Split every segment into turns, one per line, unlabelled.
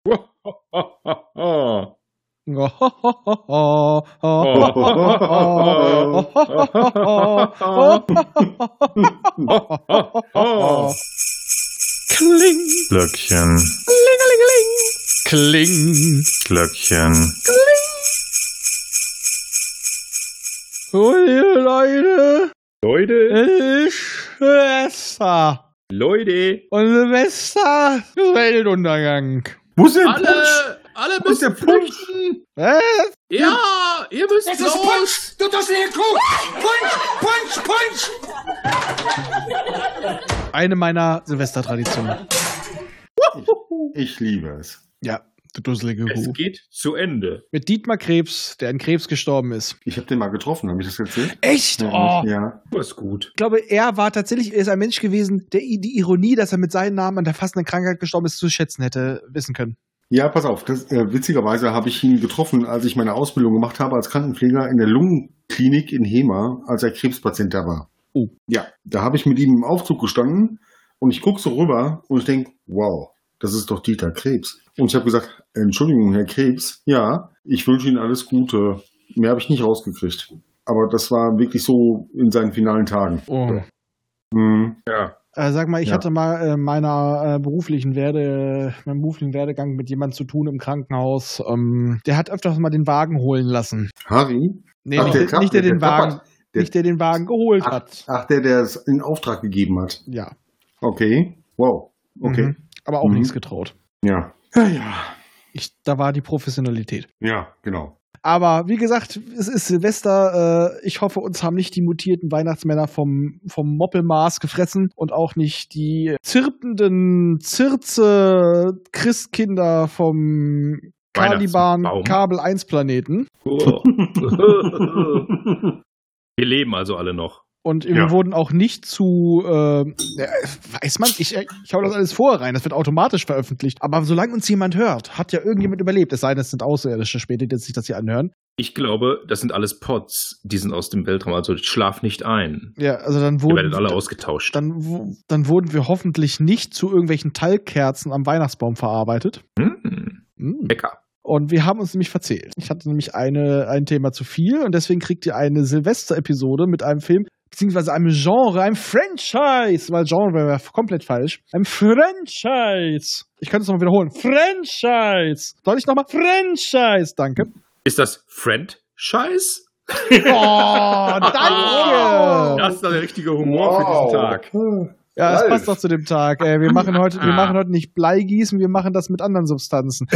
Kling.
Glöckchen.
Klingelingeling. Kling.
Glöckchen.
Kling. Oh, Leute.
Leute.
Silvester.
Leute.
Und Silvester ist Weltuntergang.
Wo ist denn
Alle
Wo ist der
müssen
Punsch?
Was?
Ja, ihr müsst
Es ist
los.
Punsch! Du dusselig Kuh! Punsch! Punsch! Punsch!
Eine meiner Silvestertraditionen.
Ich liebe es.
Ja, du dusselige
Es
Kuh.
geht zu Ende.
Mit Dietmar Krebs, der an Krebs gestorben ist.
Ich habe den mal getroffen, habe ich das erzählt?
Echt? Oh.
Ja. Das ist gut.
Ich glaube, er ist ein Mensch gewesen, der die Ironie, dass er mit seinem Namen an der fassenden Krankheit gestorben ist, zu schätzen hätte wissen können.
Ja, pass auf. Witzigerweise habe ich ihn getroffen, als ich meine Ausbildung gemacht habe als Krankenpfleger in der Lungenklinik in Hema, als er Krebspatient da war.
Oh.
Ja, da habe ich mit ihm im Aufzug gestanden und ich gucke so rüber und ich denke, wow, das ist doch Dieter Krebs. Und ich habe gesagt, Entschuldigung, Herr Krebs, ja, ich wünsche Ihnen alles Gute. Mehr habe ich nicht rausgekriegt. Aber das war wirklich so in seinen finalen Tagen.
Oh.
Ja.
Sag mal, ich
Ja.
hatte mal meinem beruflichen Werdegang mit jemandem zu tun im Krankenhaus. Der hat öfters mal den Wagen holen lassen.
Harry?
Nee,
Ach,
nicht
der
der, nicht der
Kappert.
den Wagen, nicht der den Wagen geholt hat.
Ach, der es in Auftrag gegeben hat.
Ja.
Okay. Wow. Okay.
Mhm. Aber auch
Mhm.
nichts getraut.
Ja. Ja.
Da war die Professionalität.
Ja, genau.
Aber wie gesagt, es ist Silvester. Ich hoffe, uns haben nicht die mutierten Weihnachtsmänner vom Moppelmaß gefressen und auch nicht die zirpenden Christkinder vom Caliban
Weihnachtsbaum.
Kabel 1 Planeten.
Wir leben also alle noch.
Und wir
Ja.
wurden auch nicht zu, weiß man, ich hau das alles vorher rein, das wird automatisch veröffentlicht. Aber solange uns jemand hört, hat ja irgendjemand überlebt. Es sei denn, es sind Außerirdische später, die sich das hier anhören.
Ich glaube, das sind alles Pods, die sind aus dem Weltraum. Also schlaf nicht ein.
Ja, also dann
Ihr werdet alle
wurden,
ausgetauscht.
dann wurden wir hoffentlich nicht zu irgendwelchen Talgkerzen am Weihnachtsbaum verarbeitet.
Lecker.
Und wir haben uns nämlich verzählt. Ich hatte nämlich ein Thema zu viel und deswegen kriegt ihr eine Silvester-Episode mit einem Film, beziehungsweise einem Genre, einem Franchise, weil Genre wäre komplett falsch. Ein Franchise. Ich könnte es nochmal wiederholen. Franchise. Soll ich nochmal? Franchise. Danke.
Ist das Friend-Scheiß?
Oh, danke.
Das ist der richtige Humor für diesen Tag.
Ja, es
Ralf.
passt doch zu dem Tag. Wir machen heute nicht Bleigießen, wir machen das mit anderen Substanzen.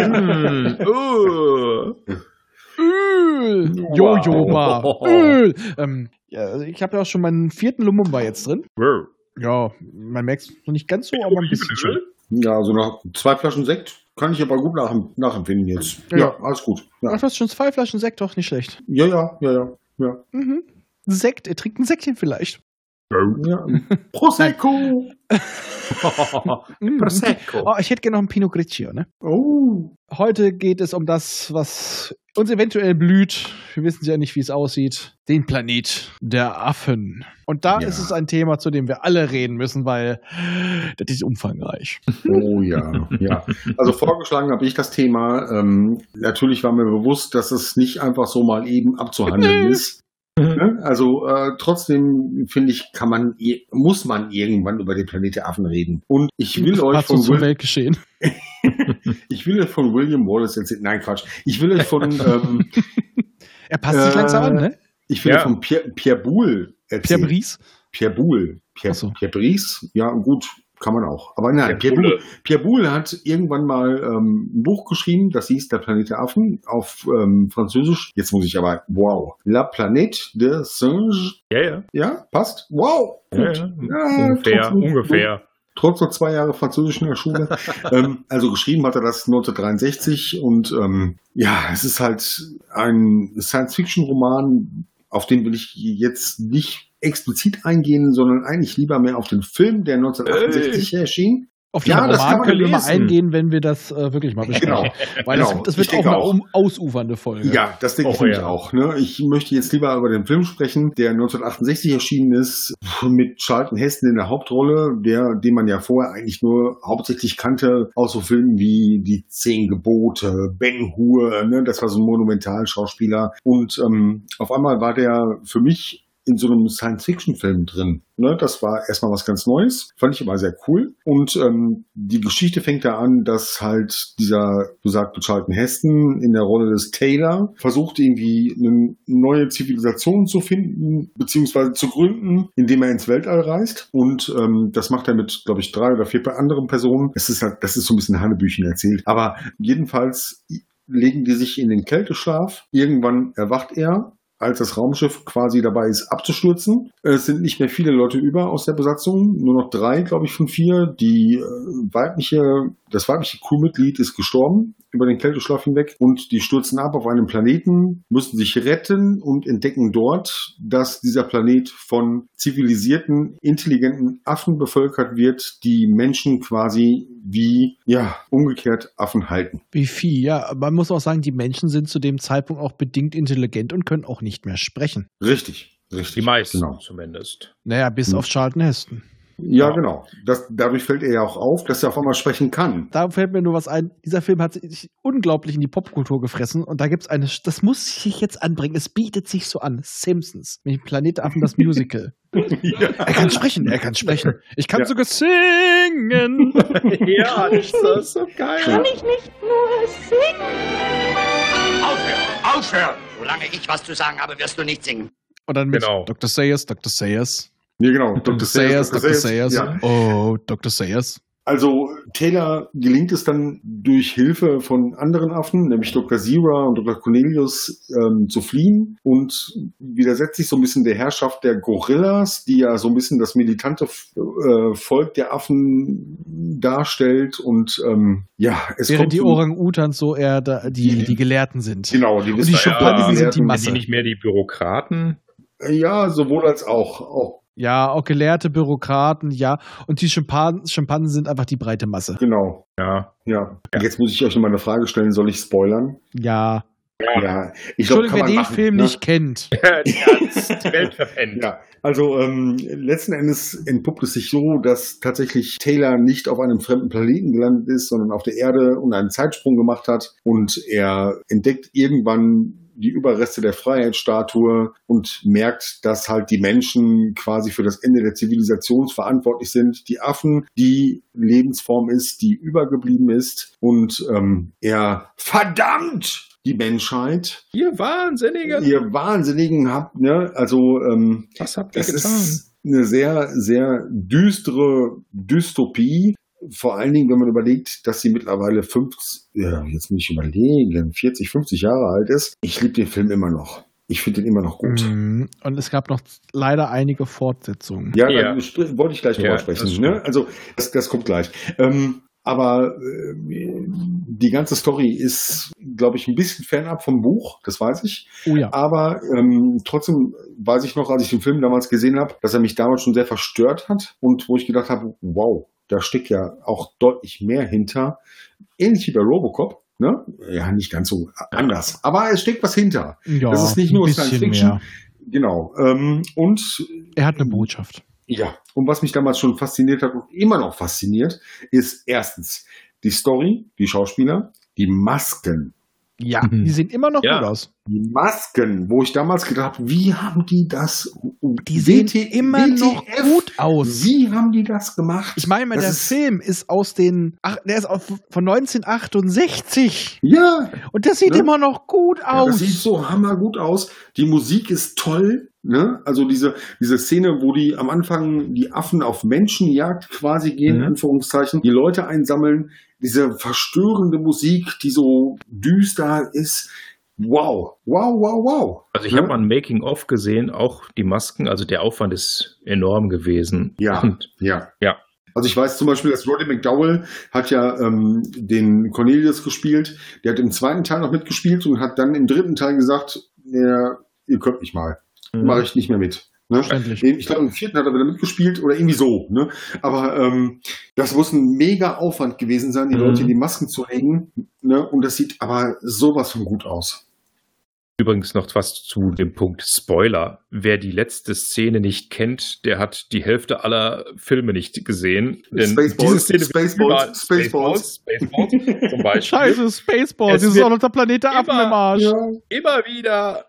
Öl. Jojoba. Öl. Also ich habe ja auch schon meinen 4. Lumumba jetzt drin. Ja, man merkt es noch nicht ganz so, aber ein bisschen schon.
Ja, also nach 2 Flaschen Sekt kann ich aber gut nachempfinden jetzt.
Ja.
Ja, alles gut. Ja,
Ach, du hast schon 2 Flaschen Sekt, doch nicht schlecht.
ja.
Mhm. Sekt, er trinkt ein Säckchen vielleicht.
Ja. Prosecco.
Prosecco.
Oh, ich hätte gerne noch einen Pinot Grigio, ne?
Oh.
Heute geht es um das, was uns eventuell blüht. Wir wissen ja nicht, wie es aussieht. Den Planet der Affen. Und da
Ja.
ist es ein Thema, zu dem wir alle reden müssen, weil das ist umfangreich.
Oh ja, ja. Also vorgeschlagen habe ich das Thema. Natürlich war mir bewusst, dass es nicht einfach so mal eben abzuhandeln ist. Ne? Also trotzdem finde ich, muss man irgendwann über den Planet der Affen reden. Und ich will euch
Passt so zum Weltgeschehen.
von William Wallace erzählen. Nein, Quatsch. Ich will euch von
Er passt sich langsam an, ne?
ich will
Ja.
euch von Pierre Boulle
Pierre
erzählen.
Brice.
Pierre Boulle.
Ach so.
Pierre Brice, ja gut, kann man auch. Aber nein,
Pierre
Pierre Boulle hat irgendwann mal ein Buch geschrieben, das hieß Der Planet der Affen auf Französisch. Jetzt muss ich aber, wow. La Planète des Singes.
Ja.
Ja, passt. Wow. Gut. Ja,
Ungefähr.
Trotz noch 2 Jahre Französisch in der Schule. Also geschrieben hat er das 1963 und ja, es ist halt ein Science-Fiction-Roman, auf den will ich jetzt nicht explizit eingehen, sondern eigentlich lieber mehr auf den Film, der 1968 erschien.
Auf den
Ja, das kann
Roman
man
können wir mal
lesen.
eingehen, wenn wir das wirklich mal besprechen. Weil das wird
Ich
auch
denke
eine ausufernde Folge.
Ja, das denke ich nämlich auch. Ne? Ich möchte jetzt lieber über den Film sprechen, der 1968 erschienen ist, mit Charlton Heston in der Hauptrolle, den man ja vorher eigentlich nur hauptsächlich kannte aus so Filmen wie Die 10 Gebote, Ben Hur, ne? Das war so ein Monumentalschauspieler. Und auf einmal war der für mich in so einem Science-Fiction-Film drin. Ne, das war erstmal was ganz Neues. Fand ich aber sehr cool. Und die Geschichte fängt da an, dass halt dieser besagte Charlton Heston in der Rolle des Taylor versucht, irgendwie eine neue Zivilisation zu finden, beziehungsweise zu gründen, indem er ins Weltall reist. Und das macht er mit, glaube ich, 3 oder 4 anderen Personen. Das ist so ein bisschen Hanebüchen erzählt. Aber jedenfalls legen die sich in den Kälteschlaf. Irgendwann erwacht er, als das Raumschiff quasi dabei ist abzustürzen. Es sind nicht mehr viele Leute über aus der Besatzung, nur noch 3, glaube ich, von 4. Das weibliche Crewmitglied ist gestorben über den Kälteschlaf hinweg und die stürzen ab auf einem Planeten, müssen sich retten und entdecken dort, dass dieser Planet von zivilisierten, intelligenten Affen bevölkert wird, die Menschen quasi wie, umgekehrt Affen halten.
Wie Vieh, ja. Man muss auch sagen, die Menschen sind zu dem Zeitpunkt auch bedingt intelligent und können auch nicht mehr sprechen.
Richtig.
Die meisten
Genau.
zumindest.
Naja, bis auf Charlton Heston.
Ja, genau. Dadurch fällt er ja auch auf, dass er auf einmal sprechen kann.
Da fällt mir nur was ein. Dieser Film hat sich unglaublich in die Popkultur gefressen und da gibt's das muss ich jetzt anbringen. Es bietet sich so an. Simpsons. Mit dem Planet der Affen, das Musical.
Ja.
Er kann sprechen. Ich kann sogar singen.
Ja, ist das so geil.
Kann ich nicht nur singen?
Aufhören! Aufhören!
Solange ich was zu sagen habe, wirst du nicht singen.
Und dann mit
Genau.
Dr. Sayers.
Ja, genau. Dr. Sayers. Ja.
Oh, Dr. Sayers.
Also Taylor gelingt es dann durch Hilfe von anderen Affen, nämlich Dr. Zira und Dr. Cornelius, zu fliehen und widersetzt sich so ein bisschen der Herrschaft der Gorillas, die ja so ein bisschen das militante Volk der Affen darstellt und es
Während
kommt
die
zu-
Orang-Utans so eher die Gelehrten sind.
Genau, die
Und die Schimpansen sind die
Sind
Masse.
die nicht mehr die Bürokraten?
Ja, sowohl als auch.
Ja, auch gelehrte Bürokraten, ja. Und die Schimpansen sind einfach die breite Masse.
Genau.
Ja.
Ja. Jetzt muss ich euch noch mal eine Frage stellen, soll ich spoilern?
Ja.
Ja. Ich glaub,
Entschuldigung,
kann
wer
man
den
machen,
Film
ne?
nicht kennt.
Die Welt verpennt.
Ja, also letzten Endes entpuppt es sich so, dass tatsächlich Taylor nicht auf einem fremden Planeten gelandet ist, sondern auf der Erde und einen Zeitsprung gemacht hat. Und er entdeckt irgendwann die Überreste der Freiheitsstatue und merkt, dass halt die Menschen quasi für das Ende der Zivilisation verantwortlich sind. Die Affen, die Lebensform ist, die übergeblieben ist. Und er verdammt die Menschheit.
Ihr Wahnsinnigen!
Ihr Wahnsinnigen habt, ne? Also
Was habt ihr
das
getan?
ist eine sehr, sehr düstere Dystopie. Vor allen Dingen, wenn man überlegt, dass sie mittlerweile 40, 50 Jahre alt ist. Ich liebe den Film immer noch. Ich finde den immer noch gut.
Mhm. Und es gab noch leider einige Fortsetzungen.
Ja,
Ja.
dann wollte ich gleich drüber
Ja,
sprechen.
das
Ne? Also das kommt gleich. Aber die ganze Story ist, glaube ich, ein bisschen fernab vom Buch, das weiß ich.
Oh ja.
Aber trotzdem weiß ich noch, als ich den Film damals gesehen habe, dass er mich damals schon sehr verstört hat und wo ich gedacht habe, wow, da steckt ja auch deutlich mehr hinter. Ähnlich wie bei Robocop. Ne? Ja, nicht ganz so anders. Aber es steckt was hinter.
Ja,
das ist nicht nur
ein
Science
bisschen
Fiction.
mehr.
Genau. Und
Er hat eine Botschaft.
ja, und was mich damals schon fasziniert hat und immer noch fasziniert, ist erstens die Story, die Schauspieler, die Masken.
Ja,
Mhm.
die sehen immer noch
Ja.
gut aus.
Die Masken, wo ich damals gedacht habe, wie haben die das?
Die sehen immer noch gut aus.
Wie haben die das gemacht?
Ich meine,
Das
der
ist-
Film ist der ist von 1968.
Ja,
Und das sieht
Ne?
immer noch gut
ja, das
aus.
sieht so hammergut aus. Die Musik ist toll. Ne? Also diese Szene, wo die am Anfang die Affen auf Menschenjagd quasi gehen, in Anführungszeichen, die Leute einsammeln, diese verstörende Musik, die so düster ist. Wow, wow, wow, wow.
Also ich habe mal ein Making-of gesehen, auch die Masken, also der Aufwand ist enorm gewesen.
Ja,
Und
ja.
ja.
Also ich weiß zum Beispiel, dass Roddy McDowell hat ja den Cornelius gespielt. Der hat im 2. Teil noch mitgespielt und hat dann im 3. Teil gesagt, ihr könnt mich mal. Mache ich nicht mehr mit. Ne?
Verständlich.
Ich glaube, im 4. hat er wieder mitgespielt oder irgendwie so. Ne? Aber das muss ein mega Aufwand gewesen sein, die Leute in die Masken zu legen. Ne? Und das sieht aber sowas von gut aus.
Übrigens noch was zu dem Punkt Spoiler. Wer die letzte Szene nicht kennt, der hat die Hälfte aller Filme nicht gesehen. Denn
Spaceballs
zum Beispiel.
Scheiße, Spaceballs, das ist auch noch der Planet der Affen im Arsch.
Ja.
Immer wieder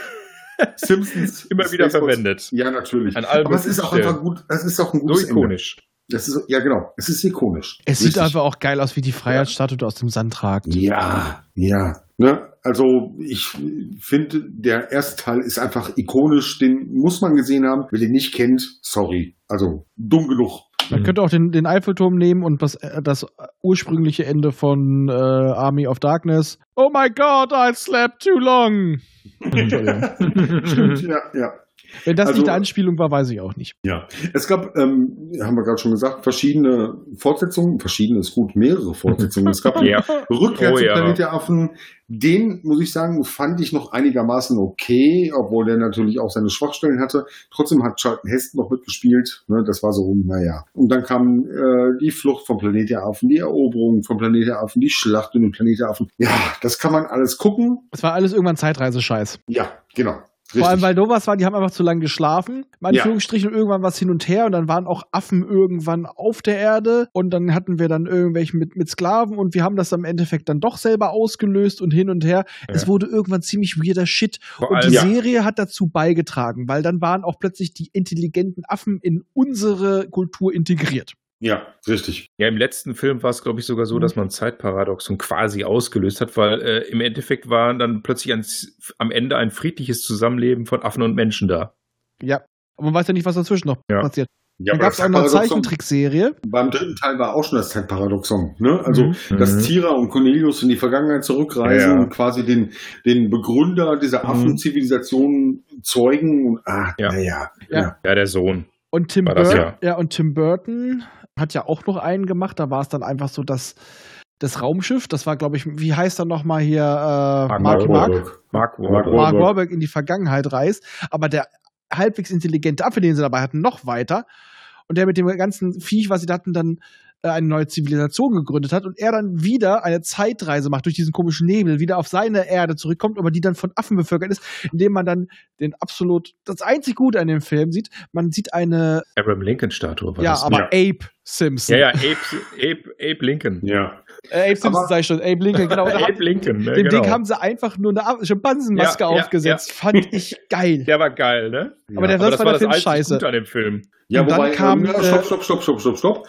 Simpsons.
immer wieder
Spaceballs.
verwendet.
Ja, natürlich.
An allem
Aber es ist auch einfach gut, es ist auch ein gutes
so ikonisch.
Ende. Das ist, ja, genau. Es ist ikonisch.
Es sieht
Richtig.
einfach auch geil aus, wie die Freiheitsstatue aus dem Sand ragt.
Ja, ja. Ne? Also ich finde, der erste Teil ist einfach ikonisch. Den muss man gesehen haben. Wer den nicht kennt, sorry. Also dumm genug.
Man könnte auch den Eiffelturm nehmen und das ursprüngliche Ende von Army of Darkness. Oh my God, I slept too long. Entschuldigung.
Stimmt, ja.
Wenn das
Also-
nicht eine Anspielung war, weiß ich auch nicht.
Ja, es gab, haben wir gerade schon gesagt, verschiedene Fortsetzungen. Verschiedene ist gut, mehrere Fortsetzungen. Es gab
Ja.
Rückkehr
Oh,
zum
ja.
Planet der Affen. Den, muss ich sagen, fand ich noch einigermaßen okay, obwohl der natürlich auch seine Schwachstellen hatte. Trotzdem hat Charlton Heston noch mitgespielt. Ne, das war so, naja. Und dann kam die Flucht vom Planet der Affen, die Eroberung vom Planet der Affen, die Schlacht um den Planet der Affen. Ja, das kann man alles gucken.
Es war alles irgendwann Zeitreise-Scheiß.
Ja, genau.
Vor allem,
Richtig.
weil Novas war, die haben einfach zu lange geschlafen. In Anführungsstrichen irgendwann was hin und her und dann waren auch Affen irgendwann auf der Erde und dann hatten wir dann irgendwelche mit Sklaven und wir haben das am Endeffekt dann doch selber ausgelöst und hin und her.
Ja.
Es wurde irgendwann ziemlich weirder Shit.
Vor
Und
allem-
die
Ja.
Serie hat dazu beigetragen, weil dann waren auch plötzlich die intelligenten Affen in unsere Kultur integriert.
Ja, richtig.
Ja, im letzten Film war es, glaube ich, sogar so, dass man Zeitparadoxon quasi ausgelöst hat, weil im Endeffekt war dann plötzlich am Ende ein friedliches Zusammenleben von Affen und Menschen da.
Ja. Aber man weiß ja nicht, was dazwischen noch
Ja.
passiert.
Ja,
Dann
aber
gab es auch noch eine Zeichentrickserie.
Beim 3. Teil war auch schon das Zeitparadoxon. Ne? Also,
Mhm.
dass Tira und Cornelius in die Vergangenheit zurückreisen
Ja.
und quasi den Begründer dieser Affenzivilisation zeugen. Und,
Ja.
naja.
Ja.
Ja, der Sohn.
Und Tim
War das,
Burton, und Tim Burton hat ja auch noch einen gemacht. Da war es dann einfach so, dass das Raumschiff, das war, glaube ich, wie heißt er nochmal hier? Mark Wahlberg in die Vergangenheit reist. Aber der halbwegs intelligente Affe, den sie dabei hatten, noch weiter. Und der mit dem ganzen Viech, was sie da hatten, dann eine neue Zivilisation gegründet hat und er dann wieder eine Zeitreise macht durch diesen komischen Nebel, wieder auf seine Erde zurückkommt, aber die dann von Affen bevölkert ist, indem man dann das einzig Gute an dem Film sieht, man sieht eine,
Abraham Lincoln-Statue war
ja,
das.
aber Abe Simpson.
Ja, Abe Lincoln.
Ja.
Abe Simpson
Aber-
sag ich schon, Abe Lincoln, genau. Da
Abe Lincoln, ne,
dem
genau.
Ding haben sie einfach nur eine Schimpansenmaske
Ja, ja,
aufgesetzt. Fand ich geil.
Der war geil, ne?
Aber der
Aber
sonst
das
war der Film
einzig
scheiße.
Gute an dem Film.
Ja,
Und dann
wobei,
kam,
stopp.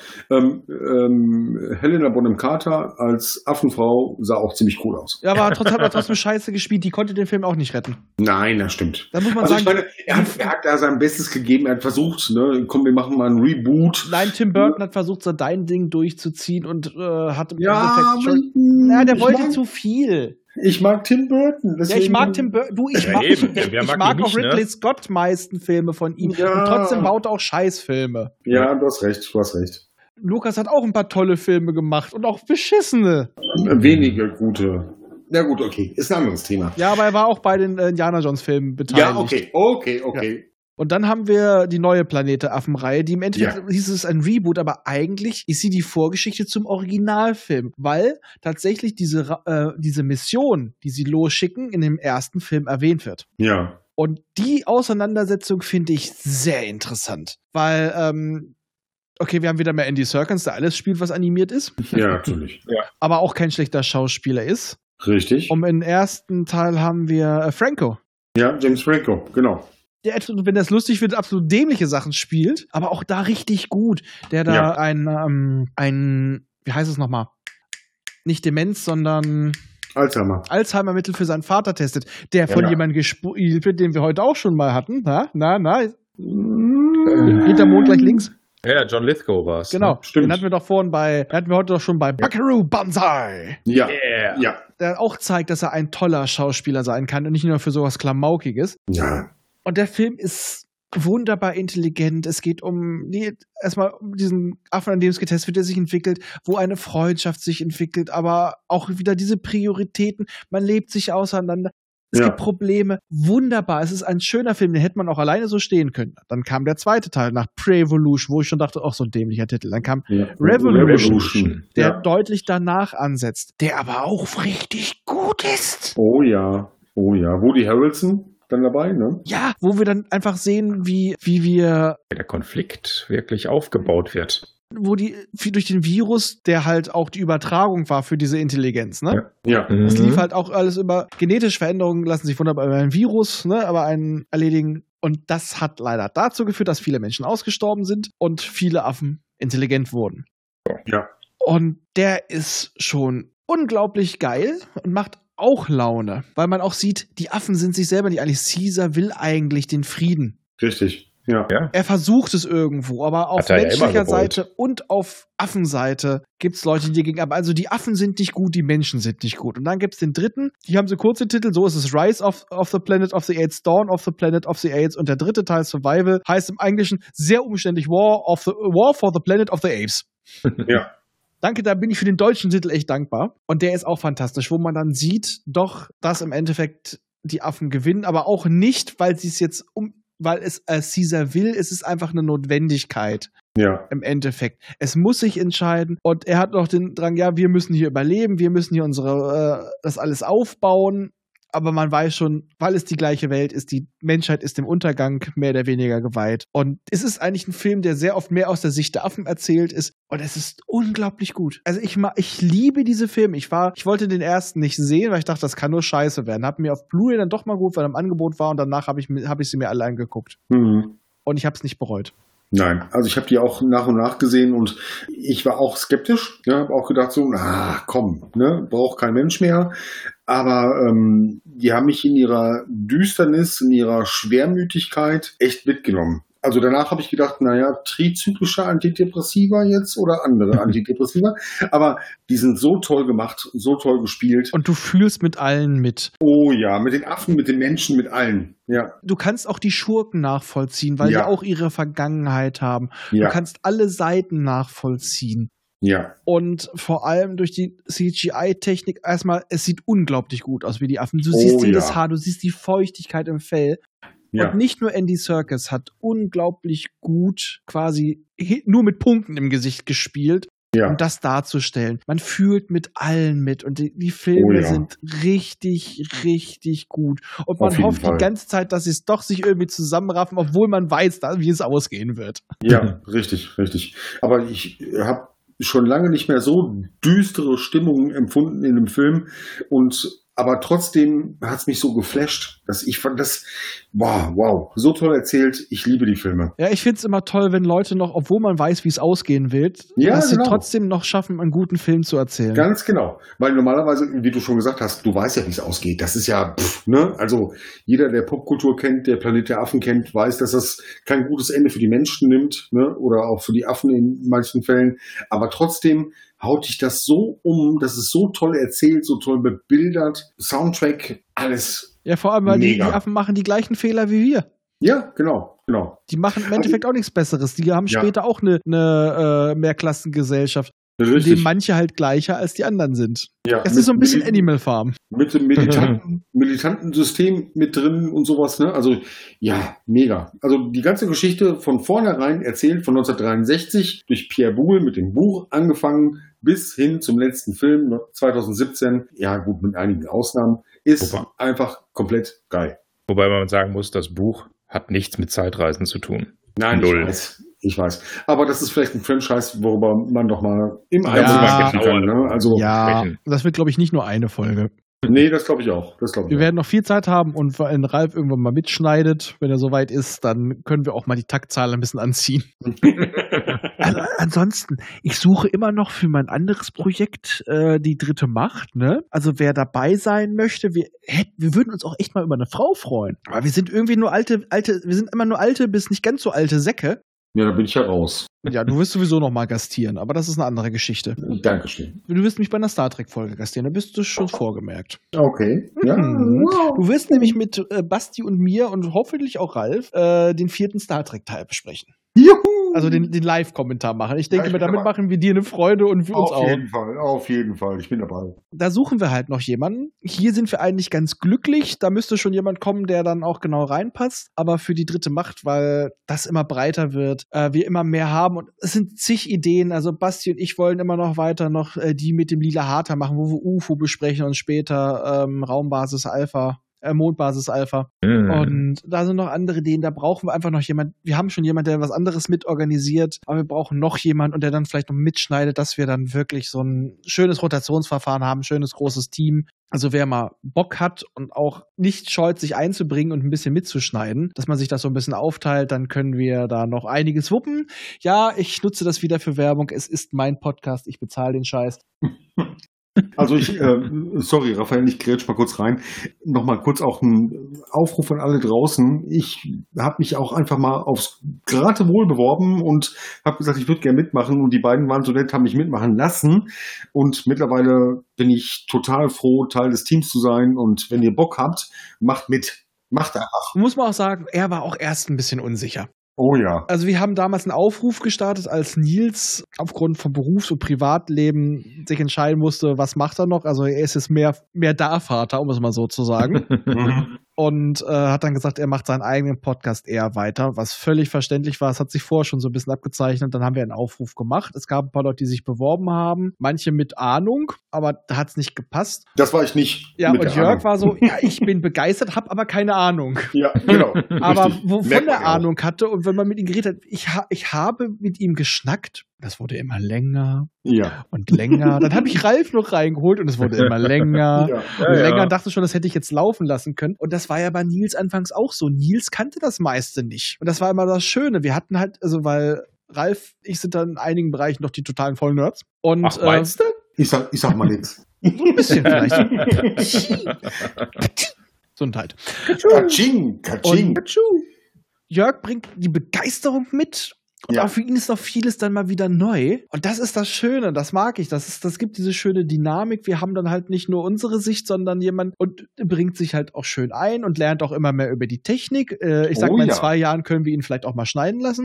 Helena Bonham Carter als Affenfrau sah auch ziemlich cool aus.
Ja, aber hat er trotzdem scheiße gespielt. Die konnte den Film auch nicht retten.
Nein, das stimmt.
Da muss man
Also
sagen,
ich meine, er hat da sein Bestes gegeben, er hat versucht, ne, komm, wir machen mal einen Reboot.
nein, Tim Burton hat versucht, so dein Ding durchzuziehen und hat im
Ja,
Endeffekt schon. Ja, der wollte zu viel.
Ich mag Tim Burton.
Ja, ich mag Tim Burton. Du, ich
Ja,
mag,
eben.
ich
Wer mag
mag
ihn
auch
nicht, ne?
Ridley Scott meisten Filme von ihm.
Ja.
Und trotzdem baut er auch Scheißfilme.
Ja, du hast recht.
Lukas hat auch ein paar tolle Filme gemacht und auch beschissene.
Wenige gute. Ja gut, okay, ist ein anderes Thema.
Ja, aber er war auch bei den Indiana Jones Filmen beteiligt.
Ja, okay.
Und dann haben wir die neue Planet der Affen-Reihe, die im Endeffekt hieß es ein Reboot, aber eigentlich ist sie die Vorgeschichte zum Originalfilm, weil tatsächlich diese Mission, die sie losschicken, in dem ersten Film erwähnt wird.
Ja.
Und die Auseinandersetzung finde ich sehr interessant, weil, okay, wir haben wieder mehr Andy Serkis, der alles spielt, was animiert ist,
Ja, natürlich.
aber auch kein schlechter Schauspieler ist.
Richtig.
Und im ersten Teil haben wir Franco.
Ja, James Franco, genau.
Der, wenn das lustig wird, absolut dämliche Sachen spielt, aber auch da richtig gut. Der da ein, wie heißt es nochmal? Nicht Demenz, sondern Alzheimer-Mittel für seinen Vater testet, der von jemandem gespielt wird, den wir heute auch schon mal hatten. Na. Geht der Mond gleich links?
Ja, John Lithgow war es.
Genau.
Stimmt.
Den hatten wir heute doch schon bei Buckaroo Banzai.
Ja.
Yeah.
Ja.
Der auch zeigt, dass er ein toller Schauspieler sein kann und nicht nur für sowas Klamaukiges.
Ja.
Und der Film ist wunderbar intelligent. Es geht erstmal um diesen Affen, an dem es getestet wird, der sich entwickelt, wo eine Freundschaft sich entwickelt, aber auch wieder diese Prioritäten. Man lebt sich auseinander. Es gibt Probleme. Wunderbar. Es ist ein schöner Film, den hätte man auch alleine so stehen können. Dann kam der zweite Teil nach Pre-Evolution, wo ich schon dachte, so ein dämlicher Titel. Dann kam Revolution, der deutlich danach ansetzt, der aber auch richtig gut ist.
Oh ja. Woody Harrelson dann dabei, ne?
Ja, wo wir dann einfach sehen, wie
der Konflikt wirklich aufgebaut wird.
Wo durch den Virus, der halt auch die Übertragung war für diese Intelligenz, ne?
Ja.
Es lief halt auch alles über genetische Veränderungen, lassen sich wunderbar über ein Virus, ne, aber einen erledigen. Und das hat leider dazu geführt, dass viele Menschen ausgestorben sind und viele Affen intelligent wurden.
Ja.
Und der ist schon unglaublich geil und macht auch Laune, weil man auch sieht, die Affen sind sich selber nicht einig. Caesar will eigentlich den Frieden.
Richtig. Ja.
Er versucht es irgendwo, aber auf menschlicher Seite und auf Affenseite gibt es Leute, die dagegen haben. Also die Affen sind nicht gut, die Menschen sind nicht gut. Und dann gibt es den dritten, die haben so kurze Titel, so ist es Rise of the Planet of the Apes, Dawn of the Planet of the Apes und der dritte Teil Survival heißt im Englischen sehr umständlich War for the Planet of the Apes.
Ja.
Danke, da bin ich für den deutschen Titel echt dankbar. Und der ist auch fantastisch, wo man dann sieht, doch, dass im Endeffekt die Affen gewinnen, aber auch nicht, weil es Caesar will, es ist einfach eine Notwendigkeit.
Ja.
Im Endeffekt. Es muss sich entscheiden und er hat noch den Drang, wir müssen hier überleben, wir müssen hier das alles aufbauen, aber man weiß schon, weil es die gleiche Welt ist, die Menschheit ist dem Untergang mehr oder weniger geweiht und es ist eigentlich ein Film, der sehr oft mehr aus der Sicht der Affen erzählt ist und es ist unglaublich gut. Also ich liebe diese Filme. Ich wollte den ersten nicht sehen, weil ich dachte, das kann nur scheiße werden. Hab mir auf Blu-ray dann doch mal geholt, weil er im Angebot war und danach habe ich sie mir alle angeguckt. Und ich habe es nicht bereut.
Nein, also ich habe die auch nach und nach gesehen und ich war auch skeptisch, habe auch gedacht so, komm, ne, braucht kein Mensch mehr, aber die haben mich in ihrer Düsternis, in ihrer Schwermütigkeit echt mitgenommen. Also danach habe ich gedacht, trizyklische Antidepressiva jetzt oder andere Antidepressiva, aber die sind so toll gemacht, so toll gespielt.
Und du fühlst mit allen mit.
Oh ja, mit den Affen, mit den Menschen, mit allen. Ja.
Du kannst auch die Schurken nachvollziehen, weil die auch ihre Vergangenheit haben.
Ja.
Du kannst alle Seiten nachvollziehen.
Ja.
Und vor allem durch die CGI-Technik erstmal, es sieht unglaublich gut aus wie die Affen. Du siehst jedes Haar, du siehst die Feuchtigkeit im Fell. Ja. Und nicht nur Andy Serkis hat unglaublich gut quasi nur mit Punkten im Gesicht gespielt, um das darzustellen. Man fühlt mit allen mit und die Filme sind richtig, richtig gut. Und man hofft die ganze Zeit, dass sie es doch sich irgendwie zusammenraffen, obwohl man weiß, wie es ausgehen wird.
Ja, richtig, richtig. Aber ich habe schon lange nicht mehr so düstere Stimmungen empfunden in dem Film aber trotzdem hat es mich so geflasht, dass ich fand das, wow, so toll erzählt, ich liebe die Filme.
Ja, ich finde es immer toll, wenn Leute noch, obwohl man weiß, wie es ausgehen wird, dass sie trotzdem noch schaffen, einen guten Film zu erzählen.
Ganz genau, weil normalerweise, wie du schon gesagt hast, du weißt ja, wie es ausgeht. Das ist ja, ne, also jeder, der Popkultur kennt, der Planet der Affen kennt, weiß, dass das kein gutes Ende für die Menschen nimmt, ne, oder auch für die Affen in manchen Fällen, aber trotzdem haut dich das so das ist so toll erzählt, so toll bebildert, Soundtrack, alles.
Ja, vor allem, weil die Affen machen die gleichen Fehler wie wir.
Ja, genau.
Die machen im Endeffekt auch nichts Besseres. Die haben später auch eine Mehrklassengesellschaft, in dem manche halt gleicher als die anderen sind. Ja, es ist so ein bisschen Animal Farm.
Mit dem militanten System mit drin und sowas, ne? Also, ja, mega. Also, die ganze Geschichte von vornherein erzählt, von 1963 durch Pierre Boulle mit dem Buch angefangen bis hin zum letzten Film 2017. Ja, gut, mit einigen Ausnahmen. Ist einfach komplett geil.
Wobei man sagen muss, das Buch hat nichts mit Zeitreisen zu tun.
Nein, ich weiß. Aber das ist vielleicht ein Franchise, worüber man doch mal im Einzelnen sprechen kann. Ne? Also,
das wird, glaube ich, nicht nur eine Folge.
Nee, das glaube ich auch.
Wir werden noch viel Zeit haben und wenn Ralf irgendwann mal mitschneidet, wenn er soweit ist, dann können wir auch mal die Taktzahl ein bisschen anziehen. Also ansonsten, ich suche immer noch für mein anderes Projekt die dritte Macht, ne? Also wer dabei sein möchte, wir würden uns auch echt mal über eine Frau freuen. Aber wir sind irgendwie nur wir sind immer nur alte bis nicht ganz so alte Säcke.
Ja, da bin ich ja raus.
Ja, du wirst sowieso noch mal gastieren, aber das ist eine andere Geschichte.
Dankeschön.
Du wirst mich bei einer Star Trek-Folge gastieren, da bist du schon vorgemerkt.
Okay. Ja.
Wow. Du wirst nämlich mit Basti und mir und hoffentlich auch Ralf den 4. Star Trek-Teil besprechen.
Juhu!
Also den Live-Kommentar machen. Ich denke
ich
mir,
bin
damit
dabei.
machen wir dir eine Freude und für uns auch.
Auf jeden Fall. Ich bin dabei.
Da suchen wir halt noch jemanden. Hier sind wir eigentlich ganz glücklich. Da müsste schon jemand kommen, der dann auch genau reinpasst. Aber für die dritte Macht, weil das immer breiter wird, wir immer mehr haben. Und es sind zig Ideen. Also Basti und ich wollen immer noch weiter die mit dem lila Harter machen, wo wir UFO besprechen und später Raumbasis Alpha. Mondbasis Alpha. Und da sind noch andere Ideen, da brauchen wir einfach noch jemanden. Wir haben schon jemanden, der was anderes mitorganisiert, aber wir brauchen noch jemanden und der dann vielleicht noch mitschneidet, dass wir dann wirklich so ein schönes Rotationsverfahren haben, ein schönes großes Team. Also wer mal Bock hat und auch nicht scheut, sich einzubringen und ein bisschen mitzuschneiden, dass man sich das so ein bisschen aufteilt, dann können wir da noch einiges wuppen. Ja, ich nutze das wieder für Werbung. Es ist mein Podcast, ich bezahle den Scheiß.
Also sorry, Raphael, ich grätsch mal kurz rein. Nochmal kurz auch ein Aufruf an alle draußen. Ich habe mich auch einfach mal aufs Geratewohl beworben und habe gesagt, ich würde gerne mitmachen. Und die beiden waren so nett, haben mich mitmachen lassen. Und mittlerweile bin ich total froh, Teil des Teams zu sein. Und wenn ihr Bock habt, macht mit. Macht einfach.
Muss man auch sagen, er war auch erst ein bisschen unsicher.
Oh ja.
Also wir haben damals einen Aufruf gestartet, als Nils aufgrund von Berufs- und Privatleben sich entscheiden musste, was macht er noch. Also er ist jetzt mehr Da-Vater, um es mal so zu sagen. Und hat dann gesagt, er macht seinen eigenen Podcast eher weiter, was völlig verständlich war. Es hat sich vorher schon so ein bisschen abgezeichnet. Dann haben wir einen Aufruf gemacht. Es gab ein paar Leute, die sich beworben haben. Manche mit Ahnung, aber da hat es nicht gepasst.
Das war ich nicht.
Ja, und Jörg war so, ja, ich bin begeistert, habe aber keine Ahnung.
Ja, genau.
Aber
Richtig.
wovon er Ahnung hatte und wenn man mit ihm geredet hat, ich habe mit ihm geschnackt. Das wurde immer länger und länger. Dann habe ich Ralf noch reingeholt und es wurde immer länger und länger. Und dachte schon, das hätte ich jetzt laufen lassen können. Und das war ja bei Nils anfangs auch so. Nils kannte das meiste nicht. Und das war immer das Schöne. Wir hatten halt, also weil Ralf, ich sind dann in einigen Bereichen noch die totalen Vollnerds. Und,
ach, meinst du?
Ich sag mal nichts.
So ein bisschen vielleicht. Gesundheit.
Katsching, Katsching.
Jörg bringt die Begeisterung mit. Und auch für ihn ist noch vieles dann mal wieder neu. Und das ist das Schöne, das mag ich. Das gibt diese schöne Dynamik. Wir haben dann halt nicht nur unsere Sicht, sondern jemand und bringt sich halt auch schön ein und lernt auch immer mehr über die Technik. Ich sag mal, in 2 Jahren können wir ihn vielleicht auch mal schneiden lassen.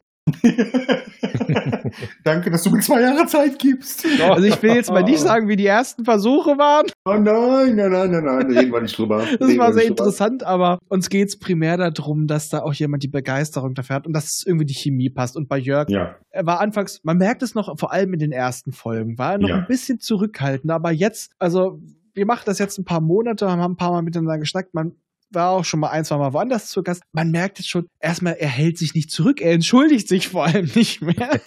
Danke, dass du mir 2 Jahre Zeit gibst.
Also ich will jetzt mal nicht sagen, wie die ersten Versuche waren.
Oh nein, reden wir nicht drüber.
Das war sehr interessant, aber uns geht es primär darum, dass da auch jemand die Begeisterung dafür hat und dass irgendwie die Chemie passt. Und bei Jörg, er war anfangs, man merkt es noch, vor allem in den ersten Folgen, war er noch ein bisschen zurückhaltend, aber jetzt, also wir machen das jetzt ein paar Monate, haben ein paar Mal miteinander geschnackt, man war auch schon mal 1-2 Mal woanders zu Gast. Man merkt jetzt schon, erstmal, er hält sich nicht zurück, er entschuldigt sich vor allem nicht mehr.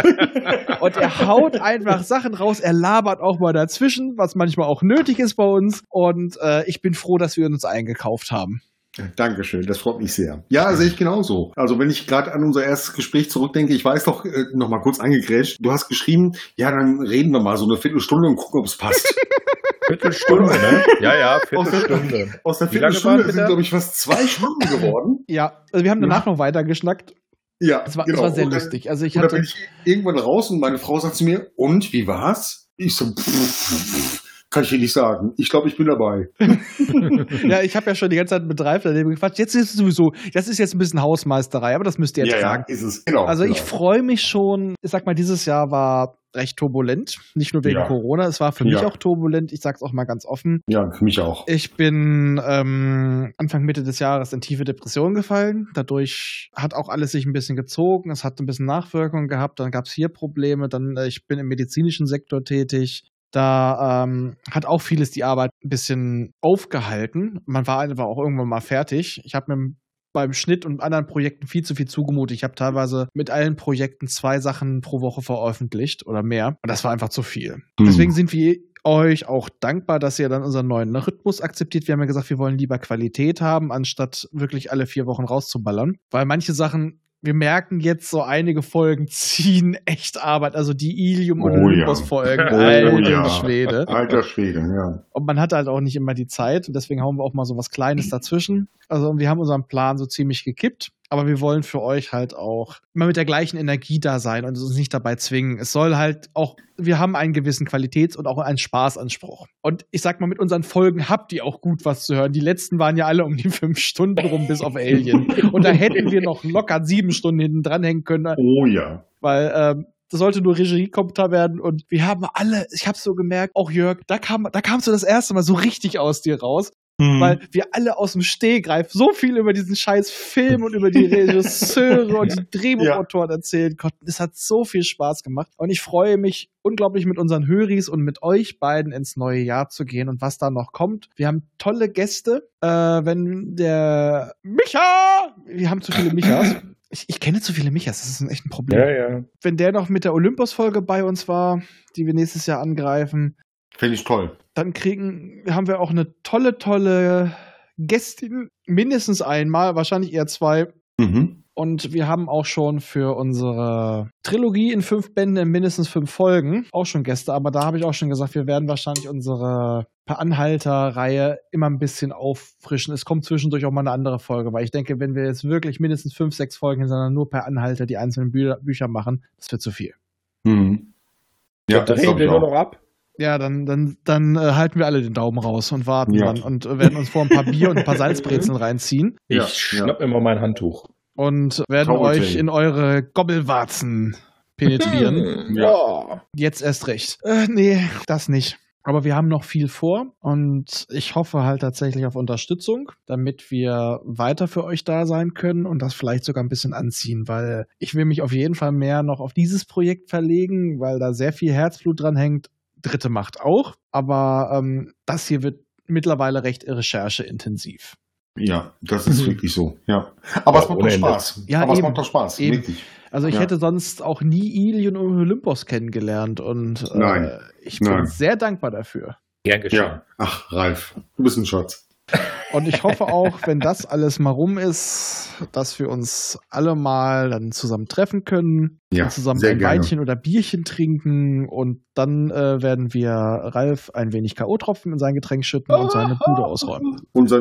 Und er haut einfach Sachen raus, er labert auch mal dazwischen, was manchmal auch nötig ist bei uns. Und ich bin froh, dass wir uns eingekauft haben.
Dankeschön, das freut mich sehr. Ja, sehe ich genauso. Also wenn ich gerade an unser erstes Gespräch zurückdenke, ich weiß doch, noch mal kurz eingegrätscht, du hast geschrieben, ja, dann reden wir mal so eine Viertelstunde und gucken, ob es passt.
Viertelstunde, ne? Ja, Viertelstunde.
Aus der Viertelstunde sind, glaube ich, fast 2 Stunden geworden.
Ja, also wir haben danach noch weiter geschnackt.
Ja,
das war sehr lustig. Also
da bin ich irgendwann raus und meine Frau sagt zu mir, und, wie war's? Ich so, kann ich dir nicht sagen. Ich glaube, ich bin dabei.
Ja, ich habe ja schon die ganze Zeit mit Ralf daneben gequatscht. Jetzt ist es sowieso, das ist jetzt ein bisschen Hausmeisterei, aber das müsst ihr jetzt sagen.
Ja, ist es. Genau.
Also ich freue mich schon. Ich sag mal, dieses Jahr war recht turbulent. Nicht nur wegen Corona, es war für mich auch turbulent. Ich sag's auch mal ganz offen.
Ja, für mich auch.
Ich bin Anfang, Mitte des Jahres in tiefe Depression gefallen. Dadurch hat auch alles sich ein bisschen gezogen. Es hat ein bisschen Nachwirkungen gehabt. Dann gab's hier Probleme. Dann ich bin im medizinischen Sektor tätig. Da hat auch vieles die Arbeit ein bisschen aufgehalten. Man war einfach auch irgendwann mal fertig. Ich habe mir beim Schnitt und anderen Projekten viel zu viel zugemutet. Ich habe teilweise mit allen Projekten 2 Sachen pro Woche veröffentlicht oder mehr. Und das war einfach zu viel. Deswegen sind wir euch auch dankbar, dass ihr dann unseren neuen Rhythmus akzeptiert. Wir haben ja gesagt, wir wollen lieber Qualität haben, anstatt wirklich alle 4 Wochen rauszuballern. Weil manche Sachen, wir merken jetzt, so einige Folgen ziehen echt Arbeit. Also die Ilium- und Olympus-Folgen. Alter Schwede.
Alter Schwede, ja.
Und man hat halt auch nicht immer die Zeit. Und deswegen hauen wir auch mal so was Kleines dazwischen. Also wir haben unseren Plan so ziemlich gekippt. Aber wir wollen für euch halt auch immer mit der gleichen Energie da sein und uns nicht dabei zwingen. Es soll halt auch, wir haben einen gewissen Qualitäts- und auch einen Spaßanspruch. Und ich sag mal, mit unseren Folgen habt ihr auch gut was zu hören. Die letzten waren ja alle um die 5 Stunden rum, bis auf Alien. Und da hätten wir noch locker 7 Stunden hinten dranhängen können.
Oh ja.
Weil, das sollte nur Regiekommentar werden und wir haben alle, ich hab's so gemerkt, auch Jörg, da kamst du das erste Mal so richtig aus dir raus. Weil wir alle aus dem Stegreif so viel über diesen scheiß Film und über die Regisseure und die Drehbuchautoren erzählen konnten. Es hat so viel Spaß gemacht. Und ich freue mich unglaublich mit unseren Höris und mit euch beiden ins neue Jahr zu gehen und was da noch kommt. Wir haben tolle Gäste. Wenn der Micha, wir haben zu viele Michas. Ich kenne zu viele Michas, das ist echt ein Problem.
Ja.
Wenn der noch mit der Olympus-Folge bei uns war, die wir nächstes Jahr angreifen,
Finde ich toll.
dann haben wir auch eine tolle Gästin, mindestens einmal, wahrscheinlich eher 2. Und wir haben auch schon für unsere Trilogie in 5 Bänden in mindestens 5 Folgen auch schon Gäste. Aber da habe ich auch schon gesagt, wir werden wahrscheinlich unsere Per Anhalter-Reihe immer ein bisschen auffrischen. Es kommt zwischendurch auch mal eine andere Folge, weil ich denke, wenn wir jetzt wirklich mindestens 5, 6 Folgen hintereinander nur Per Anhalter die einzelnen Bücher machen, das wird zu viel.
Ja, das
drehen wir nur noch ab.
Ja, dann halten wir alle den Daumen raus und warten dann und werden uns vor ein paar Bier und ein paar Salzbrezeln reinziehen.
Ich schnapp mir mal mein Handtuch.
Und werden euch in eure Gobbelwarzen penetrieren. Jetzt erst recht. Nee, das nicht. Aber wir haben noch viel vor und ich hoffe halt tatsächlich auf Unterstützung, damit wir weiter für euch da sein können und das vielleicht sogar ein bisschen anziehen, weil ich will mich auf jeden Fall mehr noch auf dieses Projekt verlegen, weil da sehr viel Herzblut dran hängt. Dritte Macht auch, aber das hier wird mittlerweile recht rechercheintensiv.
Ja, das ist wirklich so, ja. Aber es macht doch Spaß.
Ja,
es macht doch Spaß, wirklich.
Also ich hätte sonst auch nie Ilion und Olympus kennengelernt und ich bin sehr dankbar dafür.
Gern geschehen.
Ja, ach, Ralf, du bist ein Schatz.
Und ich hoffe auch, wenn das alles mal rum ist, dass wir uns alle mal dann zusammen treffen können, und zusammen ein Weinchen oder Bierchen trinken und dann werden wir Ralf ein wenig K.O.-Tropfen in sein Getränk schütten und seine Bude ausräumen.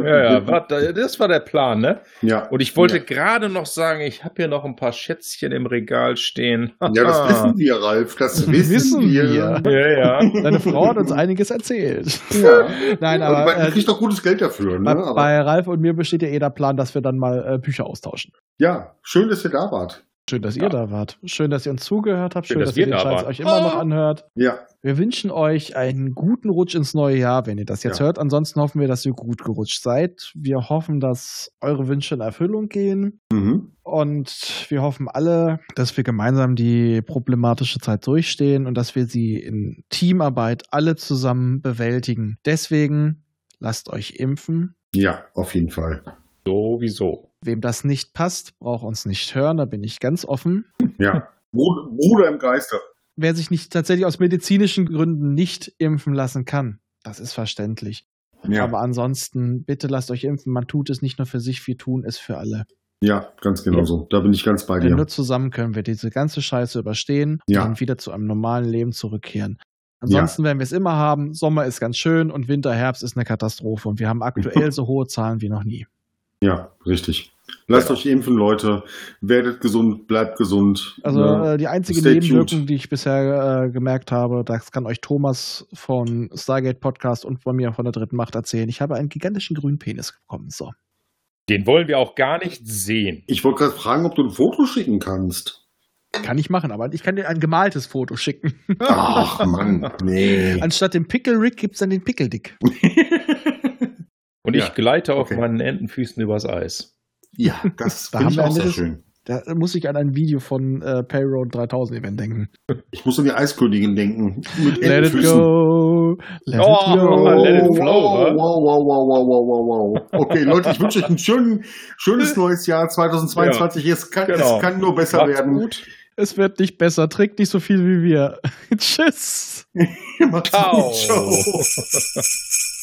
Das war der Plan, ne?
Ja.
Und ich wollte gerade noch sagen, ich habe hier noch ein paar Schätzchen im Regal stehen.
Ja, das wissen wir, Ralf, das wissen wir.
Ja.
Deine Frau hat uns einiges erzählt.
Ja.
Nein, aber
man kriegt doch gutes Geld dafür, ne?
Bei Ralf und mir besteht ja der Plan, dass wir dann mal Bücher austauschen.
Ja, schön, dass ihr da wart.
Schön, dass ihr da wart. Schön, dass ihr uns zugehört habt. Schön, dass ihr den Scheiß euch immer noch anhört.
Ja.
Wir wünschen euch einen guten Rutsch ins neue Jahr, wenn ihr das jetzt hört. Ansonsten hoffen wir, dass ihr gut gerutscht seid. Wir hoffen, dass eure Wünsche in Erfüllung gehen. Und wir hoffen alle, dass wir gemeinsam die problematische Zeit durchstehen und dass wir sie in Teamarbeit alle zusammen bewältigen. Deswegen lasst euch impfen.
Ja, auf jeden Fall.
Sowieso.
Wem das nicht passt, braucht uns nicht hören, da bin ich ganz offen.
Ja, Bruder im Geiste.
Wer sich nicht tatsächlich aus medizinischen Gründen nicht impfen lassen kann, das ist verständlich. Ja. Aber ansonsten, bitte lasst euch impfen. Man tut es nicht nur für sich, wir tun es für alle.
Ja, ganz genau so. Da bin ich ganz bei dir.
Denn nur zusammen können wir diese ganze Scheiße überstehen und wieder zu einem normalen Leben zurückkehren. Ansonsten werden wir es immer haben. Sommer ist ganz schön und Winter, Herbst ist eine Katastrophe. Und wir haben aktuell so hohe Zahlen wie noch nie.
Ja, richtig. Lasst euch impfen, Leute. Werdet gesund, bleibt gesund.
Also die einzige Nebenwirkung, die ich bisher gemerkt habe, das kann euch Thomas von Stargate Podcast und von mir von der Dritten Macht erzählen. Ich habe einen gigantischen grünen Penis bekommen. So.
Den wollen wir auch gar nicht sehen.
Ich wollte gerade fragen, ob du ein Foto schicken kannst.
Kann ich machen, aber ich kann dir ein gemaltes Foto schicken.
Ach Mann, nee.
Anstatt dem Pickle-Rick gibt es dann den Pickle-Dick.
Und ich gleite auf meinen Entenfüßen übers Eis.
Ja, das finde ich auch sehr schön.
Da muss ich an ein Video von Payroll 3000 Event denken.
Ich muss an die Eiskönigin denken. Mit
Let it go. Let it go.
Let it flow.
Wow. Okay, Leute, ich wünsche euch ein schönes neues Jahr 2022. Es kann nur besser werden.
Gut.
Es wird nicht besser. Trinkt nicht so viel wie wir. Tschüss.
Macht's gut. Ciao.